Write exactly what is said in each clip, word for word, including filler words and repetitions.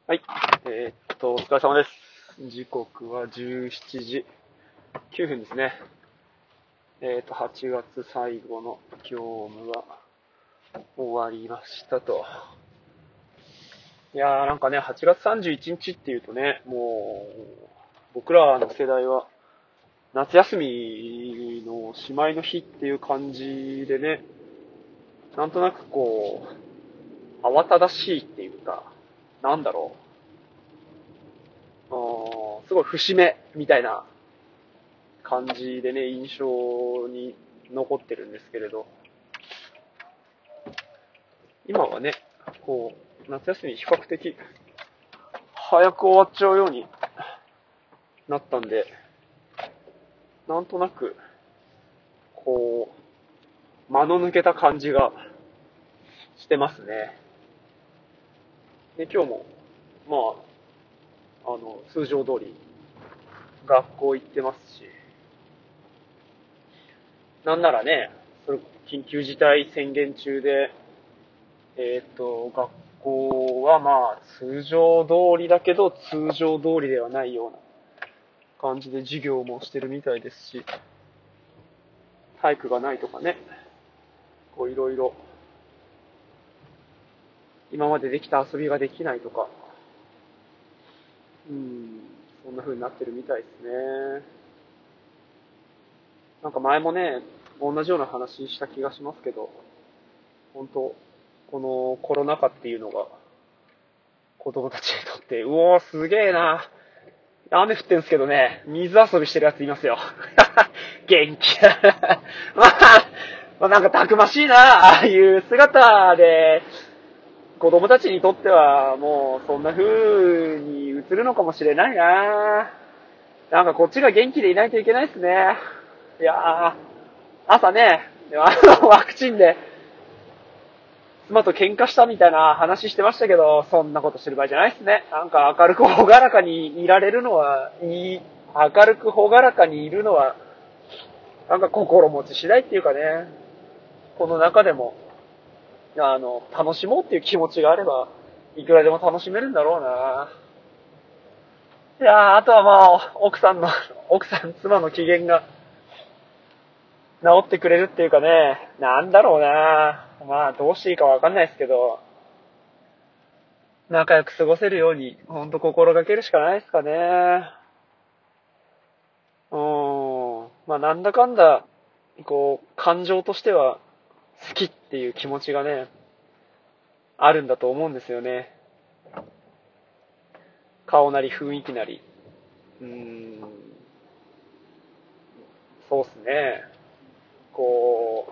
はい。えーっと、お疲れ様です。時刻はじゅうしちじきゅうふんですね。えーっと、はちがつ最後の業務が終わりましたと。いやーなんかね、はちがつさんじゅういちにちっていうとね、もう、僕らの世代は夏休みのしまいの日っていう感じでね、なんとなくこう、慌ただしいっていうか、なんだろう、うーんすごい節目みたいな感じでね、印象に残ってるんですけれど、今はね、こう、夏休み比較的早く終わっちゃうようになったんで、なんとなく、こう、間の抜けた感じがしてますね。で、今日も、まあ、あの、通常通り学校行ってますし、なんならね、それ緊急事態宣言中で、えっと、学校はまあ、通常通りだけど、通常通りではないような感じで授業もしてるみたいですし、体育がないとかね、こういろいろ、今までできた遊びができないとか、うん、そんな風になってるみたいですね。なんか前もね、同じような話した気がしますけど、本当このコロナ禍っていうのが、子供たちにとって、うおーすげえな。雨降ってんすけどね、水遊びしてるやついますよ。元気だ。まあ、まあなんかたくましいな、ああいう姿で、子供たちにとってはもうそんな風に映るのかもしれないな。なんかこっちが元気でいないといけないですね。いやー、朝ね、あのワクチンで妻と喧嘩したみたいな話してましたけど、そんなことしてる場合じゃないですね。なんか明るく朗らかにいられるのは、いい、明るく朗らかにいるのは、なんか心持ち次第っていうかね、この中でも、あの、楽しもうっていう気持ちがあれば、いくらでも楽しめるんだろうな。いやー、あとはまあ、奥さんの、奥さん、妻の機嫌が治ってくれるっていうかね、なんだろうな。まあ、どうしていいかわかんないですけど、仲良く過ごせるように、ほんと心がけるしかないですかね。うーん。まあ、なんだかんだ、こう、感情としては、好きっていう気持ちがね、あるんだと思うんですよね。顔なり雰囲気なり。うーん。そうっすね。こ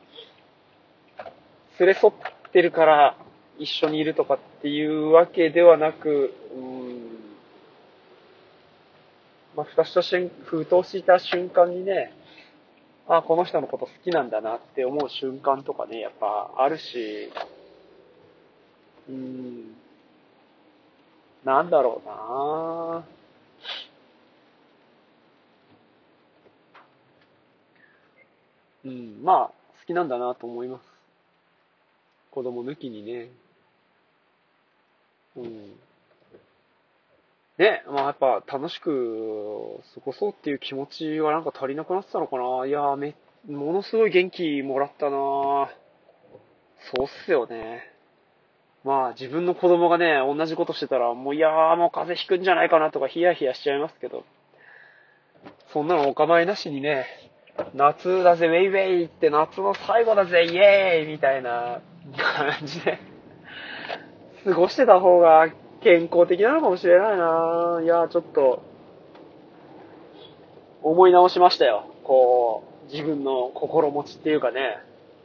う、連れ添ってるから一緒にいるとかっていうわけではなく、うーん。まあ、ふたした瞬、ふとした瞬間にね、あ、この人のこと好きなんだなって思う瞬間とかね、やっぱあるし、うーん、なんだろうな。うん、まあ、好きなんだなと思います。子供抜きにね。うん。ね、まあやっぱ楽しく過ごそうっていう気持ちはなんか足りなくなってたのかな。いやーめ、ものすごい元気もらったな。そうっすよね。まあ自分の子供がね、同じことしてたら、もういやーもう風邪ひくんじゃないかなとかヒヤヒヤしちゃいますけど、そんなのお構いなしにね、夏だぜ、ウェイウェイって夏の最後だぜ、イエーイみたいな感じで過ごしてた方が健康的なのかもしれないな。いや、ちょっと思い直しましたよ。こう、自分の心持ちっていうかね。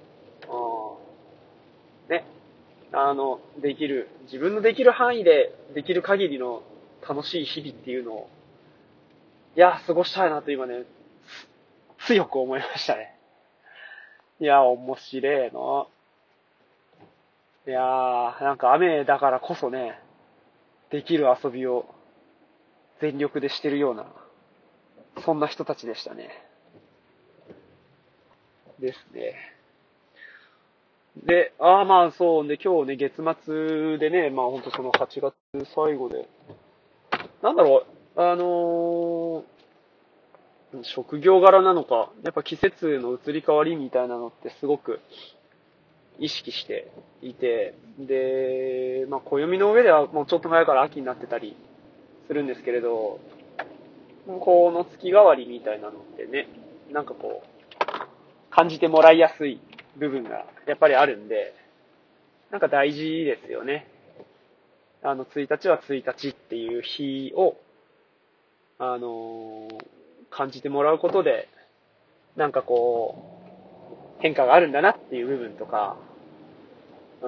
うん、ね。あの、できる、自分のできる範囲でできる限りの楽しい日々っていうのを、いや、過ごしたいなと今ね、強く思いましたね。いや、面白いの。いやー、なんか雨だからこそね、できる遊びを全力でしてるような、そんな人たちでしたね。ですね。 で、ああまあそうね、今日ね、月末でね、まあほんとそのはちがつ最後で、なんだろう、あのー職業柄なのか、やっぱ季節の移り変わりみたいなのってすごく意識していて、で、まあ暦の上ではもうちょっと前から秋になってたりするんですけれど、この月替わりみたいなのってね、なんかこう、感じてもらいやすい部分がやっぱりあるんで、なんか大事ですよね。あの、ついたちはついたちっていう日を、あのー感じてもらうことで、なんかこう、変化があるんだなっていう部分とか、うー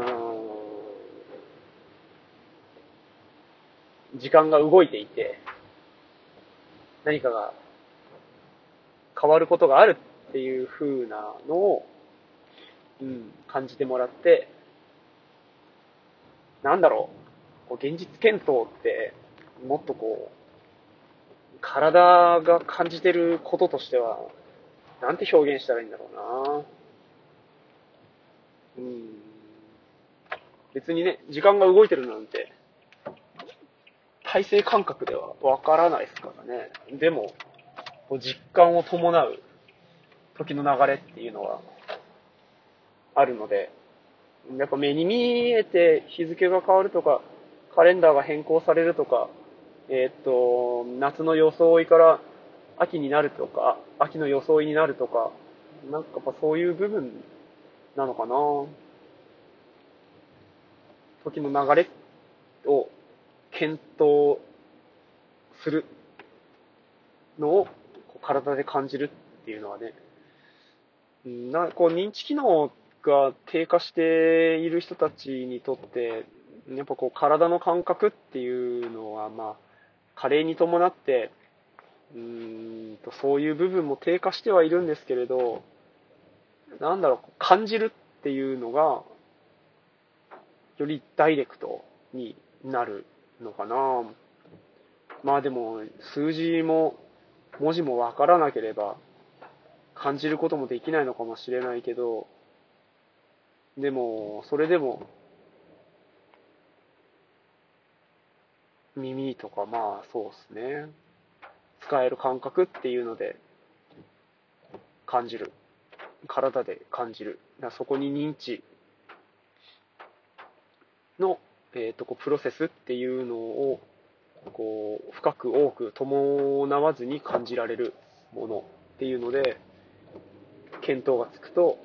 ん、時間が動いていて、何かが変わることがあるっていう風なのを、うん、感じてもらって、なんだろう、こう現実検討って、もっとこう、体が感じてることとしては、なんて表現したらいいんだろうな。うん。別にね、時間が動いてるなんて、体勢感覚ではわからないですからね。でも、実感を伴う時の流れっていうのはあるので、やっぱ目に見えて日付が変わるとか、カレンダーが変更されるとか、えーっと、夏の装いから秋になるとか、秋の装いになるとか、なんかやっぱそういう部分なのかな。時の流れを検討するのを体で感じるっていうのはね、な、こう認知機能が低下している人たちにとって、やっぱこう体の感覚っていうのは、まあ、加齢に伴って、うーんと、そういう部分も低下してはいるんですけれど、なんだろう、感じるっていうのが、よりダイレクトになるのかな。まあでも、数字も文字もわからなければ感じることもできないのかもしれないけど、でも、それでも耳とかまあそうですね。使える感覚っていうので感じる。体で感じる。そこに認知の、えーと、こうプロセスっていうのをこう深く多く伴わずに感じられるものっていうので見当がつくと、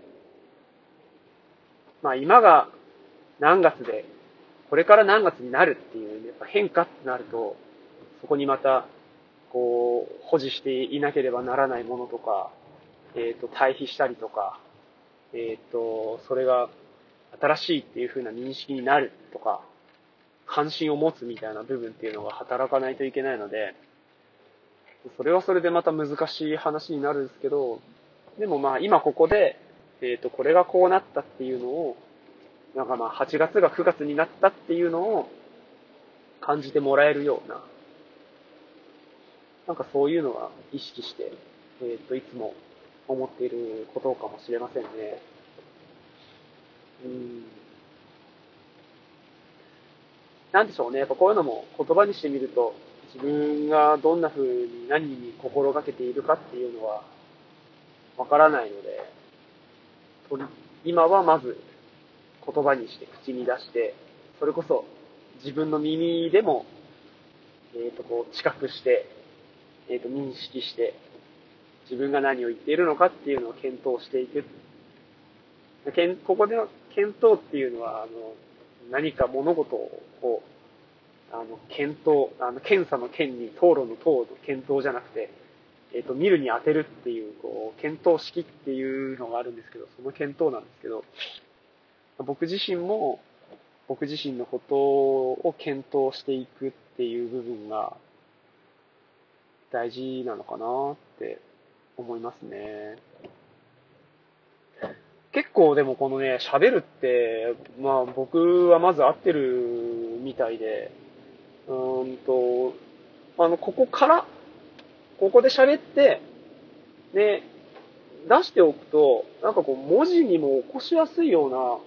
まあ今が何月でこれから何月になるっていうやっぱ変化ってなると、そこにまたこう保持していなければならないものとか、えっ、と対比したりとか、えっ、とそれが新しいっていう風な認識になるとか、関心を持つみたいな部分っていうのが働かないといけないので、それはそれでまた難しい話になるんですけど、でもまあ今ここで、えっ、と、これがこうなったっていうのを、なんかまあはちがつがくがつになったっていうのを感じてもらえるような、なんかそういうのは意識して、えっ、と、いつも思っていることかもしれませんね。うん。なんでしょうね。やっぱこういうのも言葉にしてみると、自分がどんな風に何に心がけているかっていうのはわからないので、今はまず言葉にして口に出して、それこそ自分の耳でも、えっ、と、こう、知覚して、えっ、と、認識して、自分が何を言っているのかっていうのを検討していく。ここでの検討っていうのは、あの、何か物事を、こう、あの、検討、あの、検査の検に、討論の討の検討じゃなくて、えっ、と、見るに当てるっていう、こう、検討式っていうのがあるんですけど、その検討なんですけど、僕自身も、僕自身のことを検討していくっていう部分が大事なのかなって思いますね。結構でもこのね、喋るって、まあ僕はまず合ってるみたいで、うーんと、あの、ここから、ここで喋って、で、出しておくと、なんかこう文字にも起こしやすいような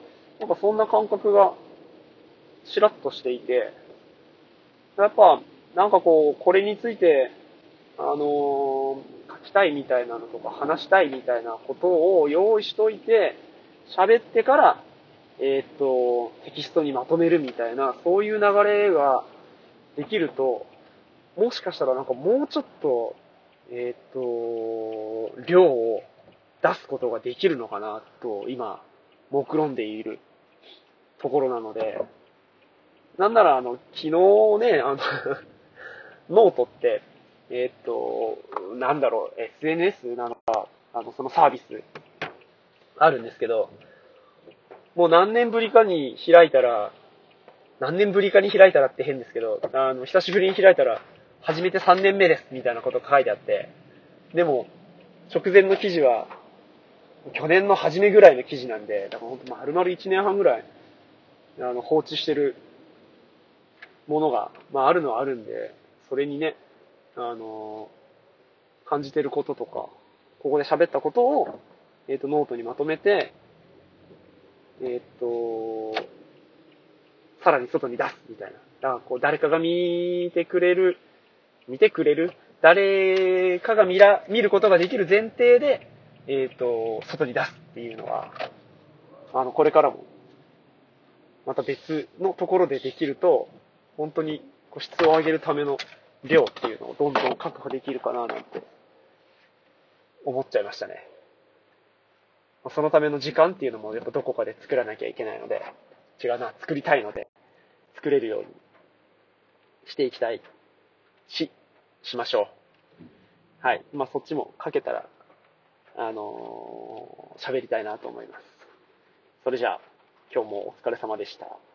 なんかそんな感覚がしらっとしていて、やっぱ、なんかこう、これについて、あのー書きたいみたいなのとか話したいみたいなことを用意しといて、喋ってから、えーっと、テキストにまとめるみたいな、そういう流れができると、もしかしたらなんかもうちょっと、えーっと、量を出すことができるのかなと、今、目論んでいるところなので、なんならあの、昨日ね、あのノートって、えーっと、なんだろう、エスエヌエス なのか、あの、そのサービスあるんですけど、もう何年ぶりかに開いたら、何年ぶりかに開いたらって変ですけど、あの、久しぶりに開いたら、始めてさんねんめです、みたいなことが書いてあって、でも、直前の記事は、去年の初めぐらいの記事なんで、だから本当丸々いちねんはんぐらい、あの、放置してるものが、まああるのはあるんで、それにね、あの、感じてることとか、ここで喋ったことを、えっ、と、ノートにまとめて、えっ、と、さらに外に出すみたいな。だからこう誰かが見てくれる、見てくれる、誰かが見ら、見ることができる前提で、えっ、と、外に出すっていうのは、あの、これからも、また別のところでできると、本当にこう質を上げるための量っていうのをどんどん確保できるかななんて思っちゃいましたね。そのための時間っていうのもやっぱどこかで作らなきゃいけないので、違うな、作りたいので、作れるようにしていきたいし、しましょう。はい。まあそっちも書けたら、あのー喋りたいなと思います。それじゃあ、今日もお疲れ様でした。